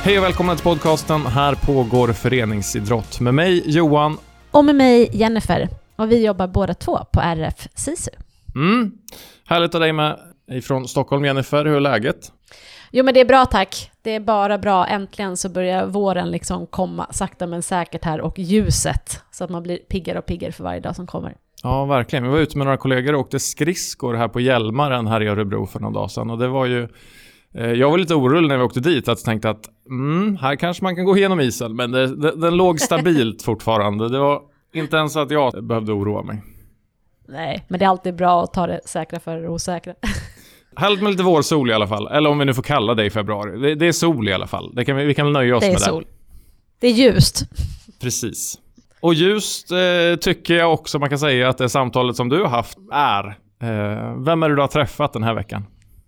Hej och välkomna till podcasten. Här pågår föreningsidrott med mig Johan. Och med mig Jennifer. Och vi jobbar båda två på RF SISU. Härligt att dig med ifrån Stockholm, Jennifer. Hur är läget? Jo, men det är bra, tack. Det är bara bra. Äntligen så börjar våren liksom komma sakta men säkert här, och ljuset. Så att man blir piggare och piggare för varje dag som kommer. Ja, verkligen. Vi var ute med några kollegor och åkte skridskor här på Hjälmaren här i Örebro för några dagar sedan. Och det var ju... Jag var lite orolig när vi åkte dit, att tänkte att här kanske man kan gå igenom isen, men den låg stabilt fortfarande. Det var inte ens att jag behövde oroa mig. Nej, men det är alltid bra att ta det säkra för det osäkra. Härligt med lite vårsol i alla fall, eller om vi nu får kalla det i februari. Det är sol i alla fall, vi kan nöja oss med det. Det är sol. Det är ljust. Precis. Och just tycker jag också man kan säga att det samtalet som du har haft är. Vem är det du har träffat den här veckan?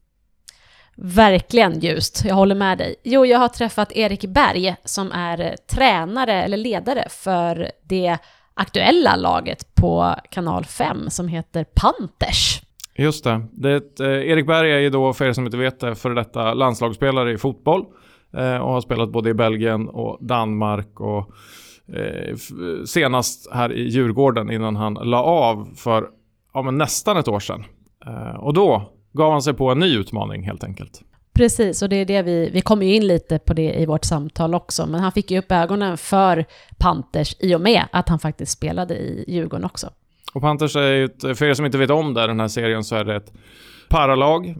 Verkligen ljust, jag håller med dig. Jo, jag har träffat Erik Berg som är tränare eller ledare för det aktuella laget på kanal 5 som heter Panthers. Just det. Erik Berg är ju då, för er som inte vet det, för detta landslagsspelare i fotboll och har spelat både i Belgien och Danmark och senast här i Djurgården innan han la av för nästan ett år sedan. Och då gav han sig på en ny utmaning helt enkelt. Precis, och det är det vi kommer ju in lite på det i vårt samtal också. Men han fick ju upp ögonen för Panthers i och med att han faktiskt spelade i Djurgården också. Och Panthers är ju, för er som inte vet om det, den här serien, så är det ett paralag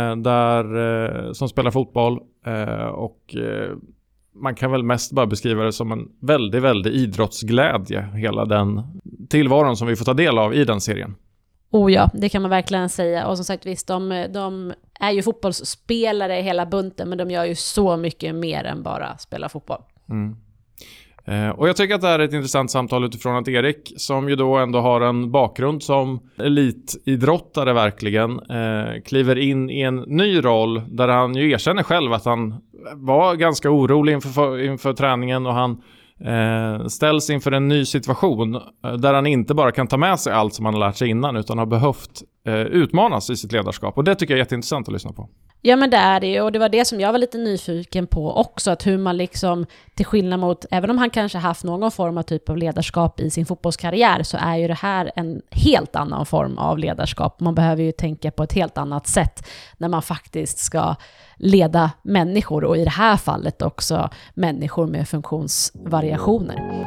som spelar fotboll. Och man kan väl mest bara beskriva det som en väldigt, väldigt idrottsglädje. Hela den tillvaron som vi får ta del av i den serien. Oh ja, det kan man verkligen säga. Och som sagt, visst, de är ju fotbollsspelare hela bunten, men de gör ju så mycket mer än bara spela fotboll. Och jag tycker att det här är ett intressant samtal utifrån att Erik, som ju då ändå har en bakgrund som elitidrottare verkligen, kliver in i en ny roll där han ju erkänner själv att han var ganska orolig inför träningen, och han ställs inför en ny situation där han inte bara kan ta med sig allt som han har lärt sig innan, utan har behövt utmanas i sitt ledarskap. Och det tycker jag är jätteintressant att lyssna på. Ja, men det är det, och det var det som jag var lite nyfiken på också, att hur man liksom, till skillnad mot, även om han kanske haft någon form av typ av ledarskap i sin fotbollskarriär, så är ju det här en helt annan form av ledarskap. Man behöver ju tänka på ett helt annat sätt när man faktiskt ska leda människor, och i det här fallet också människor med funktionsvariationer.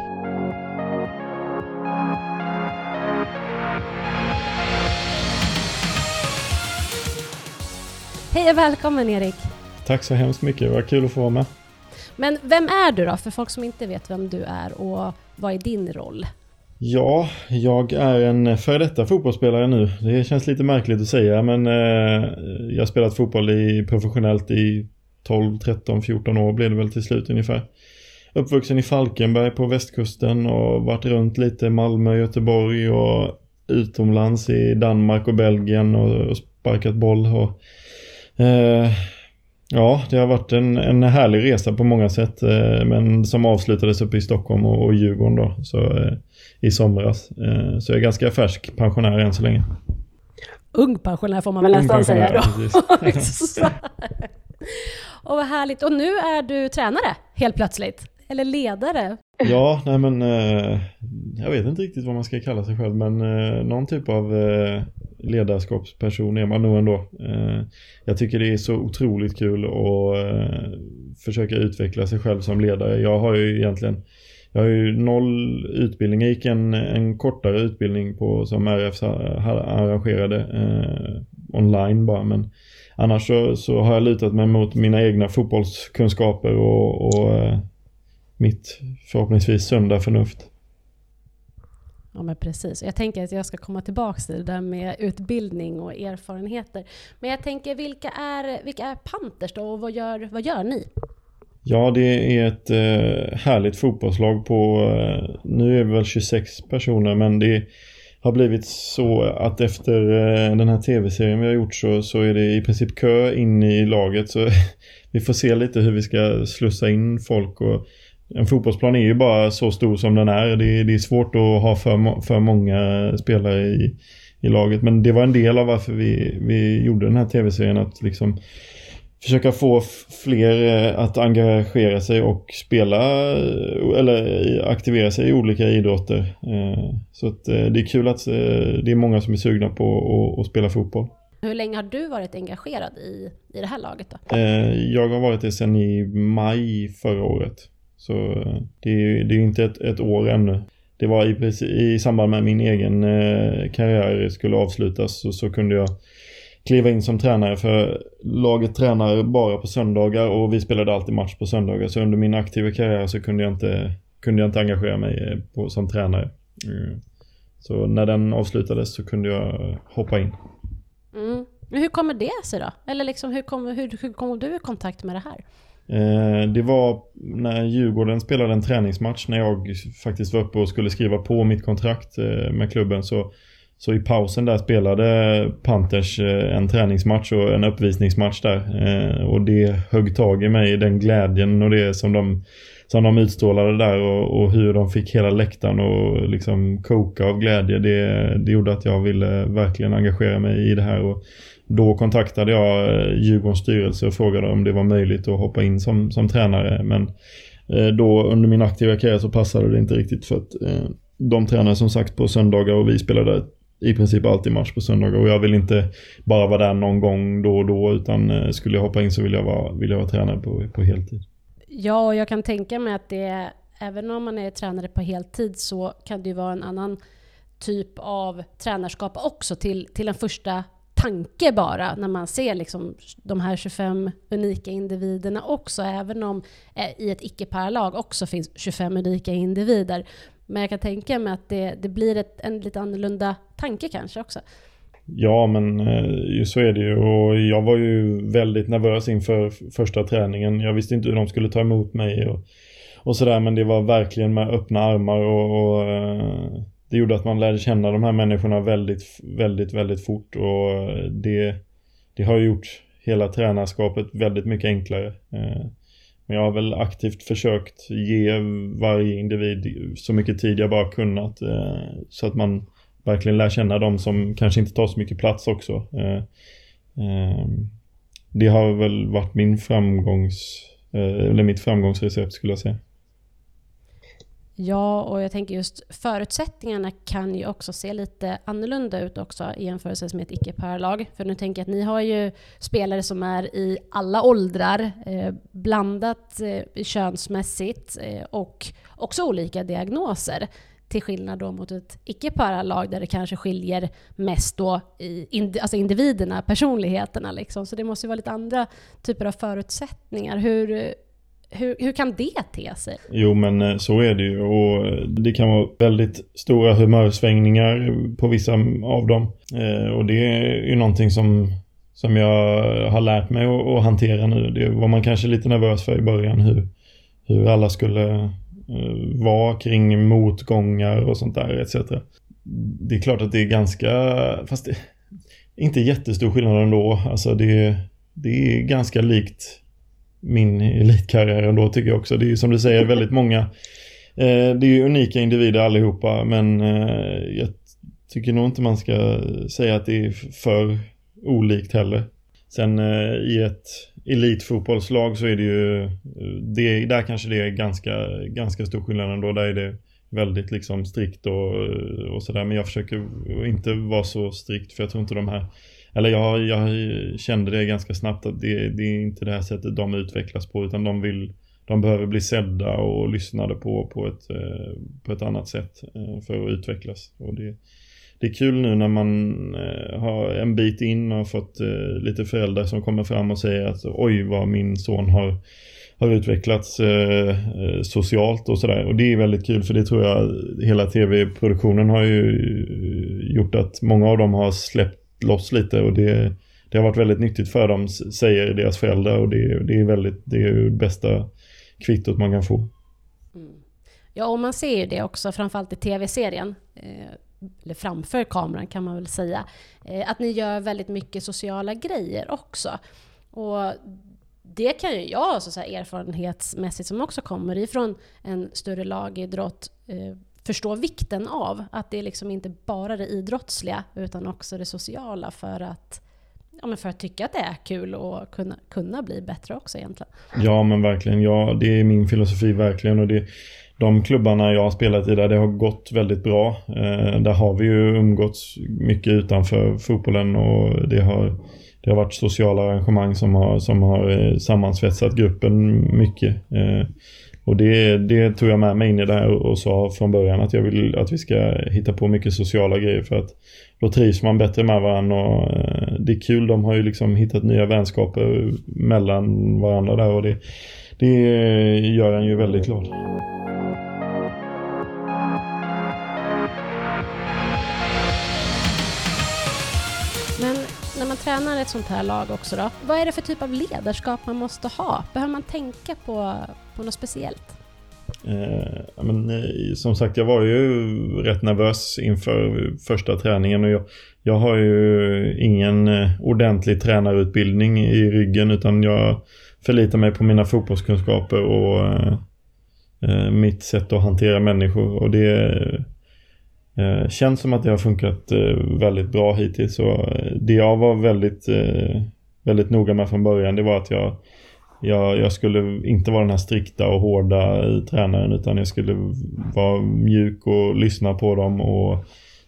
Hej och välkommen, Erik. Tack så hemskt mycket, det var kul att få vara med. Men vem är du då, för folk som inte vet vem du är, och vad är din roll? Ja, jag är en före detta fotbollsspelare nu. Det känns lite märkligt att säga, men jag har spelat fotboll professionellt i 12, 13, 14 år blev det väl till slut ungefär. Uppvuxen i Falkenberg på västkusten och varit runt lite Malmö, Göteborg och utomlands i Danmark och Belgien och sparkat boll. Och ja, det har varit en härlig resa på många sätt, men som avslutades uppe i Stockholm och Djurgården då, så i somras. Så jag är ganska färsk pensionär än så länge. Ung pensionär får man väl nästan säga då. Precis. Och vad härligt. Och nu är du tränare helt plötsligt. Eller ledare. Ja, nej men jag vet inte riktigt vad man ska kalla sig själv, men någon typ av ledarskapsperson är man nog ändå. Jag tycker det är så otroligt kul att försöka utveckla sig själv som ledare. Jag har ju 0 utbildning. Jag gick en kortare utbildning som RF arrangerade online bara, men annars så har jag lutat mig mot mina egna fotbollskunskaper och mitt förhoppningsvis sunda förnuft. Ja, men precis. Jag tänker att jag ska komma tillbaka till det där med utbildning och erfarenheter. Men jag tänker, vilka är Panthers då, och vad gör ni? Ja, det är ett härligt fotbollslag på, nu är vi väl 26 personer, men det har blivit så att efter den här tv-serien vi har gjort så är det i princip kö in i laget, så vi får se lite hur vi ska slussa in folk. Och en fotbollsplan är ju bara så stor som den är. Det är svårt att ha för många spelare i laget, men det var en del av varför vi gjorde den här tv-serien, att liksom försöka få fler att engagera sig och spela eller aktivera sig i olika idrotter. Så att det är kul att det är många som är sugna på att spela fotboll. Hur länge har du varit engagerad i det här laget då? Jag har varit det sedan i maj förra året. Så det är inte ett år ännu. Det var i samband med min egen karriär skulle avslutas så kunde jag kliva in som tränare, för laget tränar bara på söndagar och vi spelade alltid match på söndagar. Så under min aktiva karriär så kunde jag inte engagera mig som tränare. Så när den avslutades så kunde jag hoppa in. Men hur kommer det sig då? Eller liksom, hur kom du i kontakt med det här? Det var när Djurgården spelade en träningsmatch, när jag faktiskt var uppe och skulle skriva på mitt kontrakt med klubben, så i pausen där spelade Panthers en träningsmatch och en uppvisningsmatch där. Och det högg tag i mig, den glädjen och det som de utstrålade där och hur de fick hela läktaren och liksom koka av glädje. Det gjorde att jag ville verkligen engagera mig i det här, och då kontaktade jag Djurgårdens styrelse och frågade om det var möjligt att hoppa in som tränare. Men då under min aktiva karriär så passade det inte riktigt, för att de tränade som sagt på söndagar och vi spelade i princip alltid match på söndagar, och jag vill inte bara vara där någon gång då och då, utan skulle jag hoppa in så vill jag vara tränare på heltid. Ja, och jag kan tänka mig att det, även om man är tränare på heltid, så kan det ju vara en annan typ av tränarskap också till en första tanke bara, när man ser liksom de här 25 unika individerna också, även om i ett icke-paralag också finns 25 unika individer. Men jag kan tänka mig att det blir en lite annorlunda tanke kanske också. Ja, men så är det ju, och jag var ju väldigt nervös inför första träningen. Jag visste inte hur de skulle ta emot mig och sådär, men det var verkligen med öppna armar och det gjorde att man lärde känna de här människorna väldigt, väldigt, väldigt fort, och det har gjort hela tränarskapet väldigt mycket enklare. Men jag har väl aktivt försökt ge varje individ så mycket tid jag bara kunnat, så att man verkligen lär känna dem som kanske inte tar så mycket plats också. Det har väl varit mitt framgångsrecept, skulle jag säga. Ja, och jag tänker just förutsättningarna kan ju också se lite annorlunda ut också i jämförelse med ett icke-paralag. För nu tänker jag att ni har ju spelare som är i alla åldrar, blandat könsmässigt och också olika diagnoser. Till skillnad då mot ett icke-paralag där det kanske skiljer mest då alltså individerna, personligheterna liksom. Så det måste ju vara lite andra typer av förutsättningar. Hur kan det te sig? Jo, men så är det ju, och det kan vara väldigt stora humörsvängningar på vissa av dem. Och det är ju någonting som jag har lärt mig att hantera nu. Det var man kanske lite nervös för i början, hur alla skulle vara kring motgångar och sånt där etc. Det är klart att det är ganska, fast det är inte jättestor skillnad ändå. Alltså det är ganska likt min elitkarriär ändå, tycker jag också. Det är ju som du säger väldigt många, det är ju unika individer allihopa, men jag tycker nog inte man ska säga att det är för olikt heller. Sen i ett elitfotbollslag så är det ju där kanske det är ganska stor skillnad ändå. Där är det väldigt liksom strikt och sådär, men jag försöker inte vara så strikt, för jag tror inte de här, eller jag kände det ganska snabbt att det är inte det här sättet de utvecklas på, utan de behöver bli sedda och lyssnade på ett annat sätt för att utvecklas. Och det är kul nu när man har en bit in och har fått lite föräldrar som kommer fram och säger att oj, vad min son har utvecklats socialt och sådär. Och det är väldigt kul, för det tror jag hela tv-produktionen har ju gjort att många av dem har släppt loss lite, och det har varit väldigt nyttigt för dem, säger deras föräldrar, och det är ju det bästa kvittot man kan få. Ja, och man ser ju det också framförallt i tv-serien, eller framför kameran kan man väl säga, att ni gör väldigt mycket sociala grejer också. Och det kan ju jag så här erfarenhetsmässigt, som också kommer ifrån en större lagidrott, förstå vikten av att det är liksom inte bara det idrottsliga utan också det sociala, för att men för att tycka att det är kul och kunna bli bättre också egentligen. Ja, men verkligen. Ja, det är min filosofi verkligen, och de klubbarna jag har spelat i där det har gått väldigt bra. Där har vi ju umgåtts mycket utanför fotbollen, och det har varit sociala arrangemang som har sammansvetsat gruppen mycket. Och det tog jag med mig in i det här och sa från början att jag vill att vi ska hitta på mycket sociala grejer, för att då trivs man bättre med varandra, och det är kul. De har ju liksom hittat nya vänskaper mellan varandra där, och det gör en ju väldigt glad. Men när man tränar ett sånt här lag också då, vad är det för typ av ledarskap man måste ha? Behöver man tänka på något speciellt? Som sagt, jag var ju rätt nervös inför första träningen, och jag har ju ingen ordentlig tränarutbildning i ryggen, utan jag förlitar mig på mina fotbollskunskaper och mitt sätt att hantera människor, och det känns som att det har funkat väldigt bra hittills. Och det jag var väldigt noga med från början, det var att jag skulle inte vara den här strikta och hårda tränaren, utan jag skulle vara mjuk och lyssna på dem och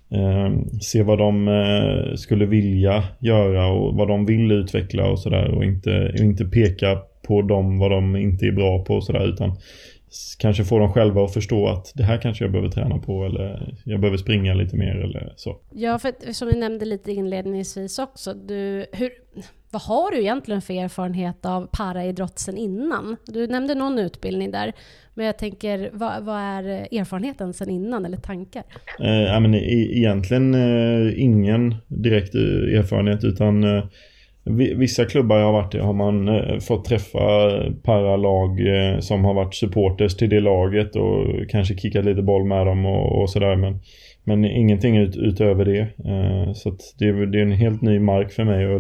se vad de skulle vilja göra och vad de vill utveckla och sådär, och inte peka på dem vad de inte är bra på och sådär, utan kanske få dem själva att förstå att det här kanske jag behöver träna på, eller jag behöver springa lite mer eller så. Ja, för som vi nämnde lite inledningsvis också, vad har du egentligen för erfarenhet av paraidrott sen innan? Du nämnde någon utbildning där, men jag tänker, vad är erfarenheten sen innan, eller tankar? Egentligen ingen direkt erfarenhet, utan vissa klubbar jag har varit i har man fått träffa paralag som har varit supporters till det laget och kanske kickat lite boll med dem och sådär, men ingenting utöver det. Så att det är en helt ny mark för mig, och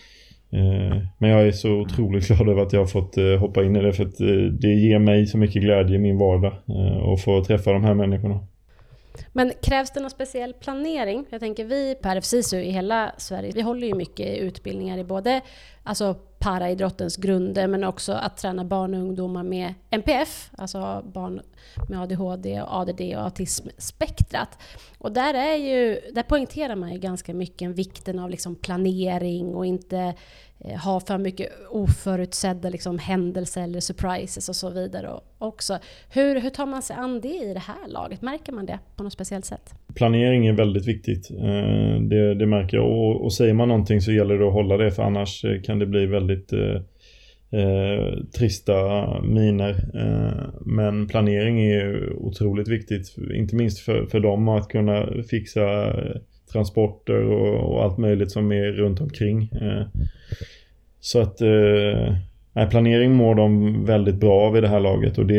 men jag är så otroligt glad över att jag har fått hoppa in i det, för att det ger mig så mycket glädje i min vardag att få träffa de här människorna. Men krävs det någon speciell planering? Jag tänker, vi på RFSISU i hela Sverige, vi håller ju mycket utbildningar i både paraidrottens grunder, men också att träna barn och ungdomar med NPF, alltså barn med ADHD och ADD och autismspektrat. Och där poängterar man ju ganska mycket vikten av liksom planering och inte ha för mycket oförutsedda liksom händelser eller surprises och så vidare. Och också, hur tar man sig an det i det här laget? Märker man det på något speciellt sätt? Planering är väldigt viktigt. Det märker jag. Och säger man någonting så gäller det att hålla det, för annars kan det bli väldigt trista miner. Men planering är otroligt viktigt, inte minst för dem att kunna fixa transporter och allt möjligt som är runt omkring. Så att planering mår de väldigt bra vid det här laget, och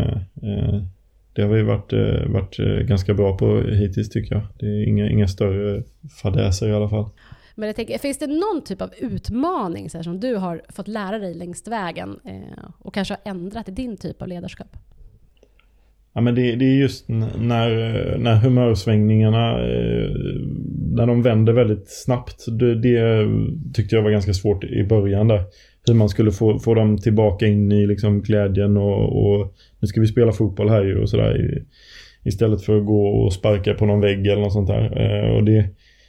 det har vi varit ganska bra på hittills, tycker jag. Det är inga större fadäser i alla fall. Men jag tänker, finns det någon typ av utmaning så här, som du har fått lära dig längs vägen och kanske har ändrat i din typ av ledarskap? Ja, men det är just när humörsvängningarna när de vänder väldigt snabbt, det tyckte jag var ganska svårt i början där. Hur man skulle få dem tillbaka in i liksom glädjen och nu ska vi spela fotboll här ju och sådär, istället för att gå och sparka på någon vägg eller något sånt där.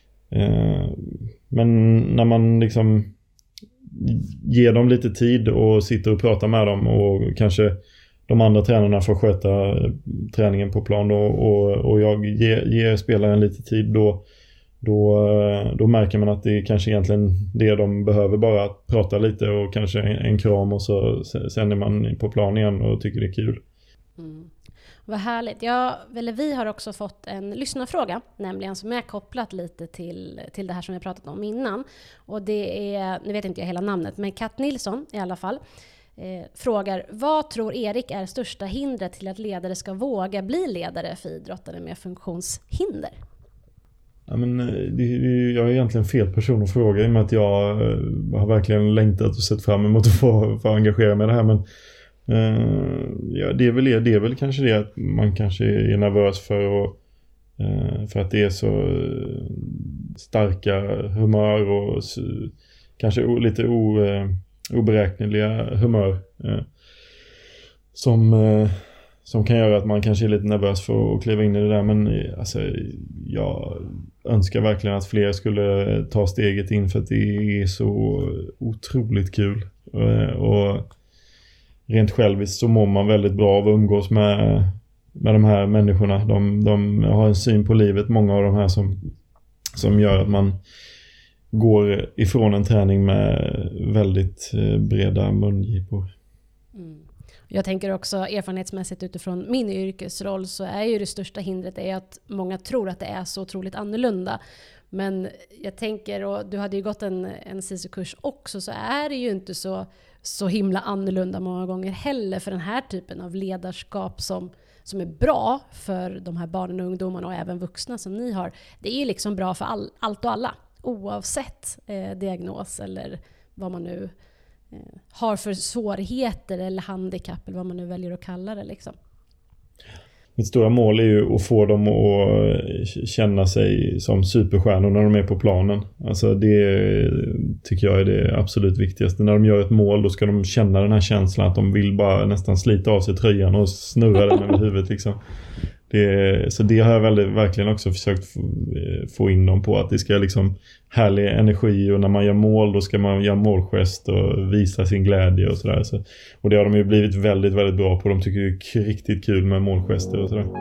Men när man liksom ger dem lite tid och sitter och pratar med dem, och kanske de andra tränarna får sköta träningen på plan och jag ger spelaren lite tid, då märker man att det är kanske egentligen det de behöver, bara att prata lite och kanske en kram, och sen är man på plan igen och tycker det är kul. Vad härligt. Vi har också fått en lyssnarfråga, nämligen som är kopplat lite till det här som vi pratat om innan. Och det är, nu vet inte jag hela namnet, men Kat Nilsson i alla fall, frågar: vad tror Erik är största hindret till att ledare ska våga bli ledare för idrottare med funktionshinder? Ja, men jag är egentligen fel person att fråga, i och med att jag har verkligen längtat och sett fram emot att få engagera mig i det här, men det är väl kanske det att man kanske är nervös för att det är så starka humör och kanske lite oberäkneliga humör som kan göra att man kanske är lite nervös för att kliva in i det där. Men alltså, jag önskar verkligen att fler skulle ta steget in, för att det är så otroligt kul. Och rent själviskt så mår man väldigt bra av att umgås med de här människorna. De har en syn på livet, många av de här som gör att man går ifrån en träning med väldigt breda mungipor. Jag tänker också erfarenhetsmässigt utifrån min yrkesroll, så är ju det största hindret är att många tror att det är så otroligt annorlunda. Men jag tänker, och du hade ju gått en SISU-kurs också, så är det ju inte så himla annorlunda många gånger heller, för den här typen av ledarskap som är bra för de här barnen och ungdomarna och även vuxna som ni har. Det är ju liksom bra för allt och alla, oavsett diagnos eller vad man nu har för svårigheter eller handikapp eller vad man nu väljer att kalla det liksom. Mitt stora mål är ju att få dem att känna sig som superstjärnor när de är på planen. Alltså det tycker jag är det absolut viktigaste. När de gör ett mål, då ska de känna den här känslan att de vill bara nästan slita av sig tröjan och snurra den över huvudet liksom. Så det har jag verkligen också försökt få in dem på, att det ska liksom härlig energi, och när man gör mål då ska man göra målgest och visa sin glädje och sådär. Och det har de ju blivit väldigt, väldigt bra på. De tycker det är riktigt kul med målgester och sådär.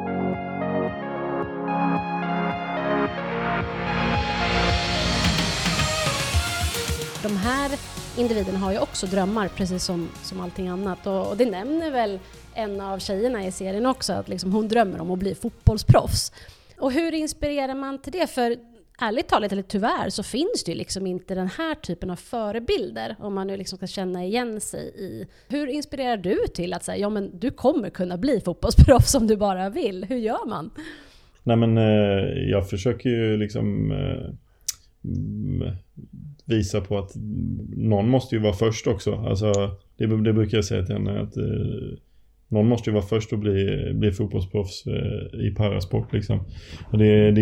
De här individerna har ju också drömmar, precis som allting annat. Och det nämner väl en av tjejerna i serien också, att liksom hon drömmer om att bli fotbollsproffs. Och hur inspirerar man till det? För ärligt talat, eller tyvärr, så finns det ju liksom inte den här typen av förebilder, om man nu liksom ska känna igen sig i. Hur inspirerar du till att säga, ja men du kommer kunna bli fotbollsproffs om du bara vill? Hur gör man? Nej men jag försöker ju liksom visa på att någon måste ju vara först också. Alltså det brukar jag säga till henne, att någon måste ju vara först att bli fotbollsproffs i parasport liksom. Och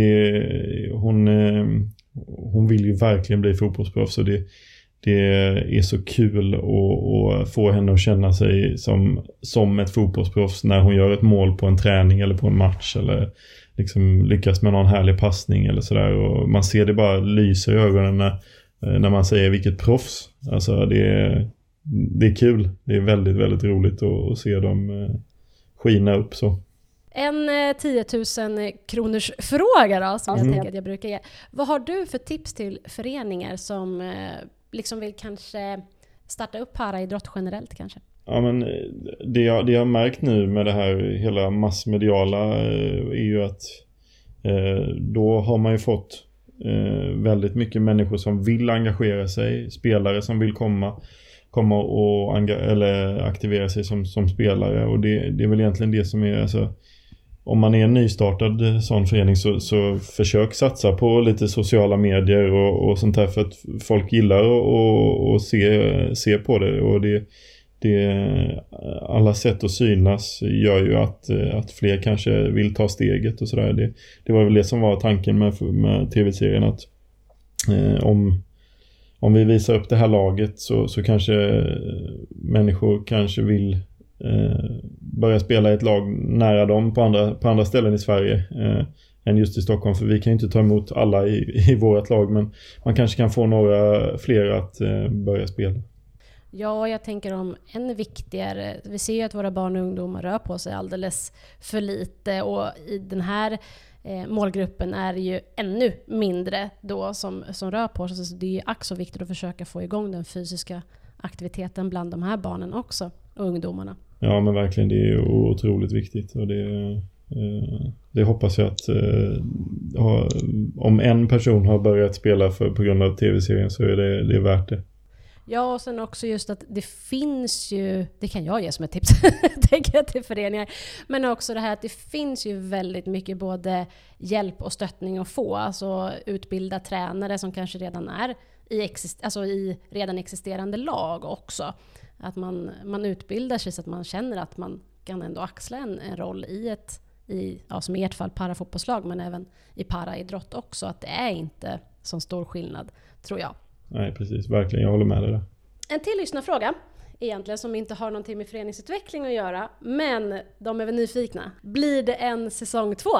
hon vill ju verkligen bli fotbollsproffs, och det är så kul att få henne att känna sig som ett fotbollsproffs när hon gör ett mål på en träning eller på en match, eller liksom lyckas med någon härlig passning eller sådär, och man ser det bara lysa i ögonen när man säger vilket proffs. Alltså det är kul. Det är väldigt, väldigt roligt att se dem skina upp så. En 10 000 kronors fråga då, som jag tänker att jag brukar ge. Vad har du för tips till föreningar som liksom vill kanske starta upp paraidrott generellt kanske? Ja, men det jag har märkt nu med det här hela massmediala är ju att då har man ju fått väldigt mycket människor som vill engagera sig, spelare som vill komma och aktivera sig som spelare, och det är väl egentligen det som är, alltså, om man är en nystartad sån förening så försök satsa på lite sociala medier och sånt här, för att folk gillar att se på det, och alla sätt att synas gör ju att fler kanske vill ta steget och sådär. Det var väl det som var tanken med tv-serien, att om vi visar upp det här laget så kanske människor kanske vill börja spela i ett lag nära dem på andra ställen i Sverige än just i Stockholm, för vi kan ju inte ta emot alla i vårt lag, men man kanske kan få några fler att börja spela. Ja, jag tänker om än viktigare. Vi ser ju att våra barn och ungdomar rör på sig alldeles för lite, och i den här målgruppen är det ju ännu mindre då som rör på sig. Så det är ju också viktigt att försöka få igång den fysiska aktiviteten bland de här barnen också, och ungdomarna. Ja, men verkligen, det är otroligt viktigt, och det hoppas jag att om en person har börjat spela på grund av tv-serien, så är det värt det. Ja, och sen också just att det finns ju, det kan jag ge som ett tips tänker jag till föreningar, men också det här att det finns ju väldigt mycket både hjälp och stöttning att få, alltså utbilda tränare som kanske redan är i redan existerande lag också, att man utbildar sig så att man känner att man kan ändå axla en roll som i ert fall parafotbollslag, men även i paraidrott också, att det är inte så stor skillnad, tror jag. Nej, precis. Verkligen, jag håller med dig där. En till lyssnarfråga, egentligen, som inte har någonting med föreningsutveckling att göra, men de är väl nyfikna. Blir det en säsong 2?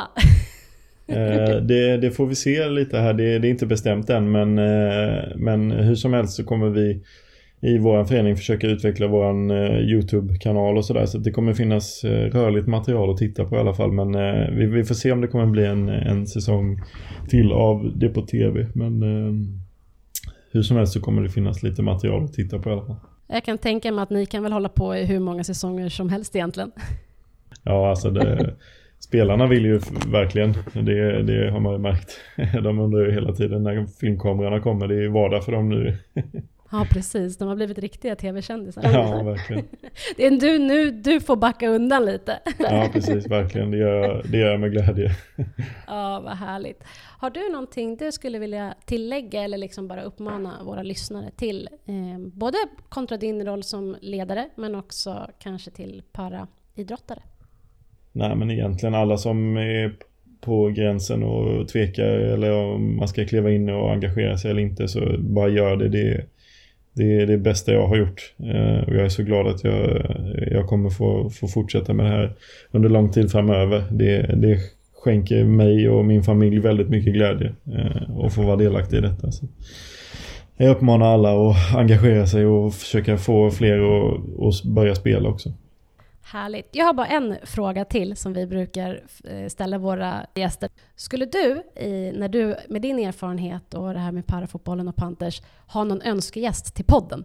Det får vi se lite här. Det är inte bestämt än, men hur som helst så kommer vi i vår förening försöka utveckla vår YouTube-kanal och sådär. Så det kommer finnas rörligt material att titta på i alla fall. Men vi får se om det kommer bli en säsong till av det på tv. Men hur som helst så kommer det finnas lite material att titta på i alla fall. Jag kan tänka mig att ni kan väl hålla på i hur många säsonger som helst egentligen. Ja, alltså spelarna vill ju verkligen, det har man ju märkt. De undrar ju hela tiden när filmkamerorna kommer, det är ju vardag för dem nu. Ja, precis. De har blivit riktiga tv-kändisar. Ja, verkligen. Det är du får backa undan lite. Ja, precis. Verkligen. Det gör jag med glädje. Ja, vad härligt. Har du någonting du skulle vilja tillägga eller liksom bara uppmana våra lyssnare till? Både kontra din roll som ledare, men också kanske till paraidrottare. Nej, men egentligen alla som är på gränsen och tvekar eller om man ska kliva in och engagera sig eller inte, så bara gör det. Det är det bästa jag har gjort. Och jag är så glad att jag kommer få fortsätta med det här under lång tid framöver. Det skänker mig och min familj väldigt mycket glädje att få vara delaktig i detta. Så jag uppmanar alla att engagera sig och försöka få fler att börja spela också. Härligt. Jag har bara en fråga till som vi brukar ställa våra gäster. Skulle du, när du med din erfarenhet och det här med parafotbollen och Panthers, ha någon önskegäst till podden?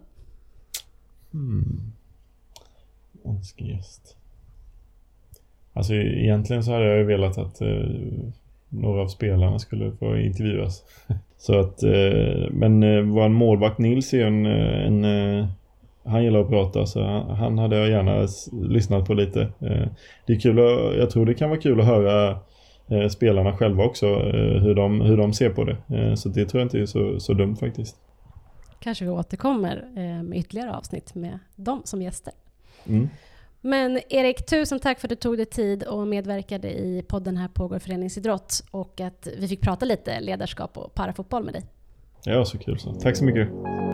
Önskegäst. Alltså egentligen så hade jag ju velat att några av spelarna skulle få intervjuas. Så att, men vår målvakt Nils är han gillar att prata, så han hade jag gärna lyssnat på lite. Det är kul, jag tror det kan vara kul att höra spelarna själva också, hur de ser på det. Så det tror jag inte är så dumt faktiskt. Kanske vi återkommer med ytterligare avsnitt med dem som gäster. Mm. Men Erik, tusen tack för att du tog dig tid och medverkade i podden Här pågår föreningsidrott, och att vi fick prata lite ledarskap och parafotboll med dig. Ja, så kul så. Tack så mycket.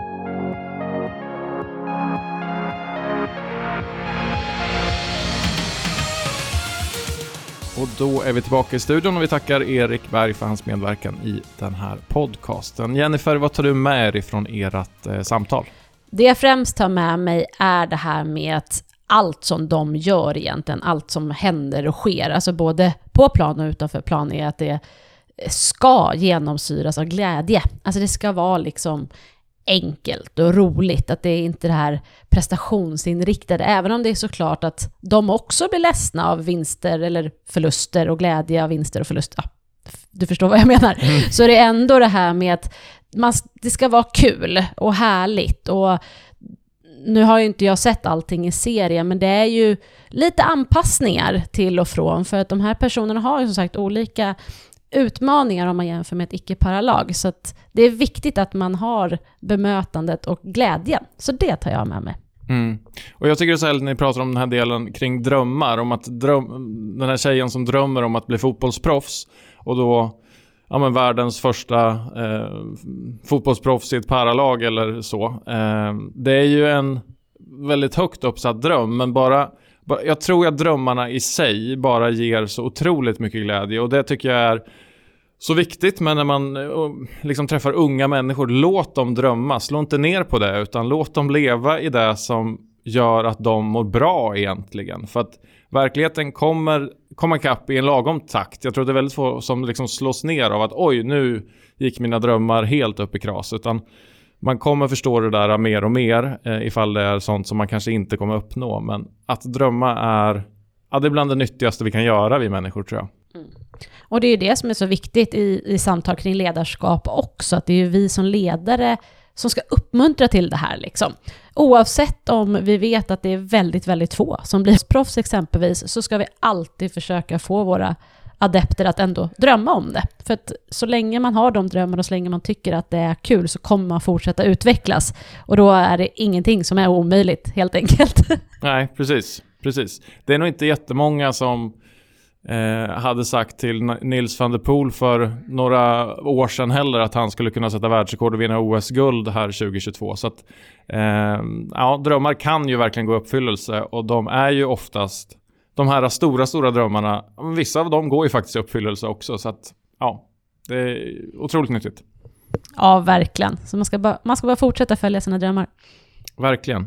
Och då är vi tillbaka i studion och vi tackar Erik Berg för hans medverkan i den här podcasten. Jennifer, vad tar du med dig från ert samtal? Det jag främst tar med mig är det här med att allt som de gör egentligen, allt som händer och sker, alltså både på plan och utanför plan, är att det ska genomsyras av glädje. Alltså det ska vara liksom enkelt och roligt, att det är inte det här prestationsinriktade, även om det är såklart att de också blir ledsna av vinster eller förluster och glädje av vinster och förluster. Ja, du förstår vad jag menar. Så det är ändå det här med att det ska vara kul och härligt, och nu har ju inte jag sett allting i serien, men det är ju lite anpassningar till och från, för att de här personerna har ju som sagt olika utmaningar om man jämför med ett icke-paralag. Så att det är viktigt att man har bemötandet och glädjen. Så det tar jag med mig. Mm. Och jag tycker det är så här, när ni pratar om den här delen kring drömmar, om att den här tjejen som drömmer om att bli fotbollsproffs, och då världens första fotbollsproffs i ett paralag eller så. Det är ju en väldigt högt uppsatt dröm, men jag tror att drömmarna i sig bara ger så otroligt mycket glädje, och det tycker jag är så viktigt. Men när man liksom träffar unga människor, låt dem drömma, slå inte ner på det, utan låt dem leva i det som gör att de mår bra egentligen. För att verkligheten kommer ikapp i en lagom takt. Jag tror det är väldigt få som liksom slås ner av att oj, nu gick mina drömmar helt upp i kras, utan man kommer förstå det där mer och mer ifall det är sånt som man kanske inte kommer uppnå. Men att drömma det är bland det nyttigaste vi kan göra, vi människor, tror jag. Mm. Och det är ju det som är så viktigt i samtal kring ledarskap också. Att det är ju vi som ledare som ska uppmuntra till det här. Liksom. Oavsett om vi vet att det är väldigt, väldigt få som blir proffs exempelvis, så ska vi alltid försöka få våra adepter att ändå drömma om det. För att så länge man har de drömmarna och så länge man tycker att det är kul, så kommer man fortsätta utvecklas. Och då är det ingenting som är omöjligt, helt enkelt. Nej, precis. Det är nog inte jättemånga som hade sagt till Nils van der Poel för några år sedan heller att han skulle kunna sätta världsrekord och vinna OS-guld här 2022. Så att drömmar kan ju verkligen gå i uppfyllelse, och de är ju oftast de här stora drömmarna. Vissa av dem går ju faktiskt i uppfyllelse också, så att det är otroligt nyttigt. Ja, verkligen. Så man ska bara fortsätta följa sina drömmar. Verkligen.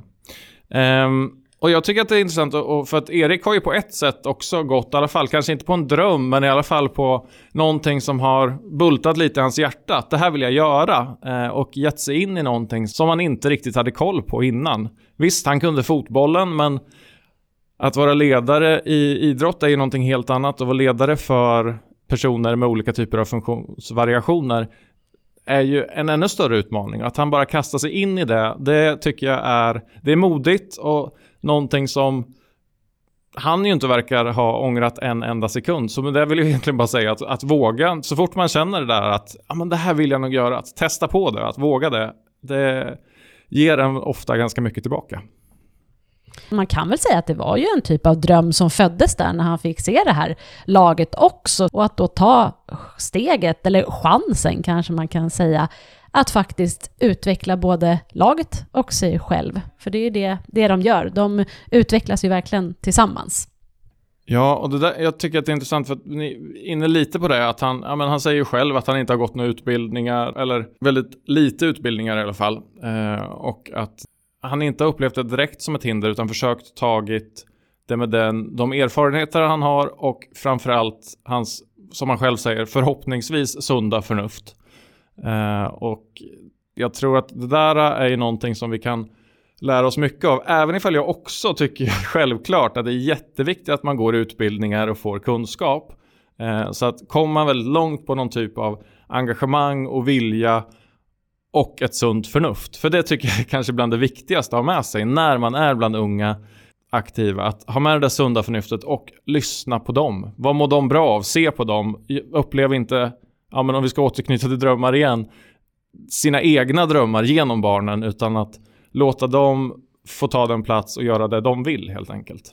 Och jag tycker att det är intressant, för att Erik har ju på ett sätt också gått, i alla fall kanske inte på en dröm, men i alla fall på någonting som har bultat lite i hans hjärta. Att det här vill jag göra, och gett sig in i någonting som han inte riktigt hade koll på innan. Visst, han kunde fotbollen, men att vara ledare i idrott är ju någonting helt annat. Att vara ledare för personer med olika typer av funktionsvariationer är ju en ännu större utmaning. Att han bara kastar sig in i det tycker jag är modigt, och någonting som han ju inte verkar ha ångrat en enda sekund. Så det vill jag egentligen bara säga, att våga, så fort man känner det där att men det här vill jag nog göra, att testa på det, att våga det ger en ofta ganska mycket tillbaka. Man kan väl säga att det var ju en typ av dröm som föddes där när han fick se det här laget också, och att då ta steget, eller chansen kanske man kan säga, att faktiskt utveckla både laget och sig själv. För det är ju det de gör. De utvecklas ju verkligen tillsammans. Ja, och det där, jag tycker att det är intressant, för att ni är inne lite på det, att han säger ju själv att han inte har gått några utbildningar, eller väldigt lite utbildningar i alla fall, och att han inte har upplevt det direkt som ett hinder, utan försökt tagit det med de erfarenheter han har, och framförallt hans, som han själv säger, förhoppningsvis sunda förnuft. Och jag tror att det där är ju någonting som vi kan lära oss mycket av, även ifall jag också tycker självklart att det är jätteviktigt att man går utbildningar och får kunskap. Så att kommer man väldigt långt på någon typ av engagemang och vilja och ett sunt förnuft. För det tycker jag är kanske bland det viktigaste att ha med sig när man är bland unga aktiva. Att ha med det där sunda förnuftet och lyssna på dem. Vad mår de bra av? Se på dem. Upplev inte, men om vi ska återknyta till drömmar igen, sina egna drömmar genom barnen, utan att låta dem få ta den plats och göra det de vill helt enkelt.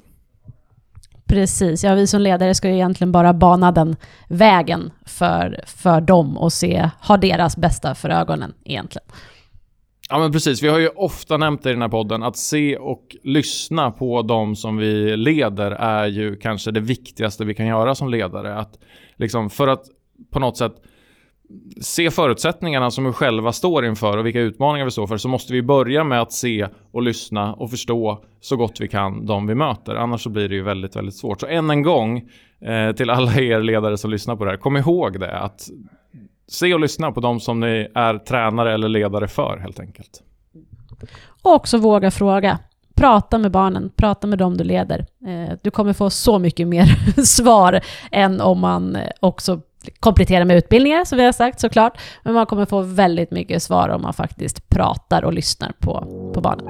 Precis, vi som ledare ska ju egentligen bara bana den vägen för dem och ha deras bästa för ögonen egentligen. Ja, men precis, vi har ju ofta nämnt i den här podden att se och lyssna på dem som vi leder är ju kanske det viktigaste vi kan göra som ledare. Att liksom, för att på något sätt se förutsättningarna som vi själva står inför och vilka utmaningar vi står för, så måste vi börja med att se och lyssna och förstå så gott vi kan de vi möter. Annars så blir det ju väldigt, väldigt svårt. Så än en gång till alla er ledare som lyssnar på det här, kom ihåg det, att se och lyssna på dem som ni är tränare eller ledare för helt enkelt. Och också våga fråga. Prata med barnen, prata med dem du leder. Du kommer få så mycket mer svar än om man också komplettera med utbildningar, som vi har sagt såklart, men man kommer få väldigt mycket svar om man faktiskt pratar och lyssnar på barnen.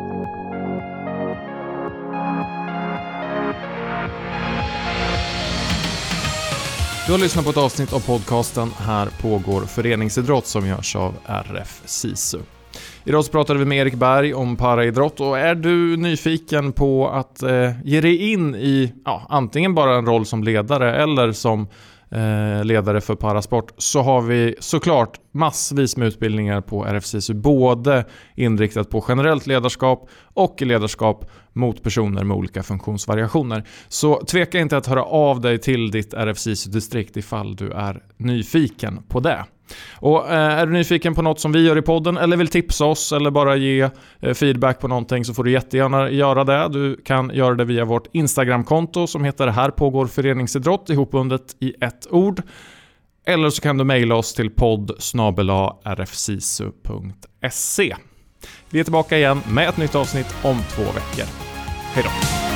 Du har lyssnat på ett avsnitt av podcasten Här pågår föreningsidrott som görs av RF SISU. Idag så pratade vi med Erik Berg om paraidrott, och är du nyfiken på att ge dig in i antingen bara en roll som ledare eller som ledare för parasport, så har vi såklart massvis med utbildningar på RFSISU, både inriktat på generellt ledarskap och ledarskap mot personer med olika funktionsvariationer. Så tveka inte att höra av dig till ditt RFSISU-distrikt ifall du är nyfiken på det. Och är du nyfiken på något som vi gör i podden, eller vill tipsa oss eller bara ge feedback på någonting, så får du jättegärna göra det. Du kan göra det via vårt Instagram-konto som heter Här pågår föreningsidrott, ihopbundet i ett ord. Eller så kan du mejla oss till podd@rfsisu.se. Vi är tillbaka igen med ett nytt avsnitt om 2 veckor. Hej då!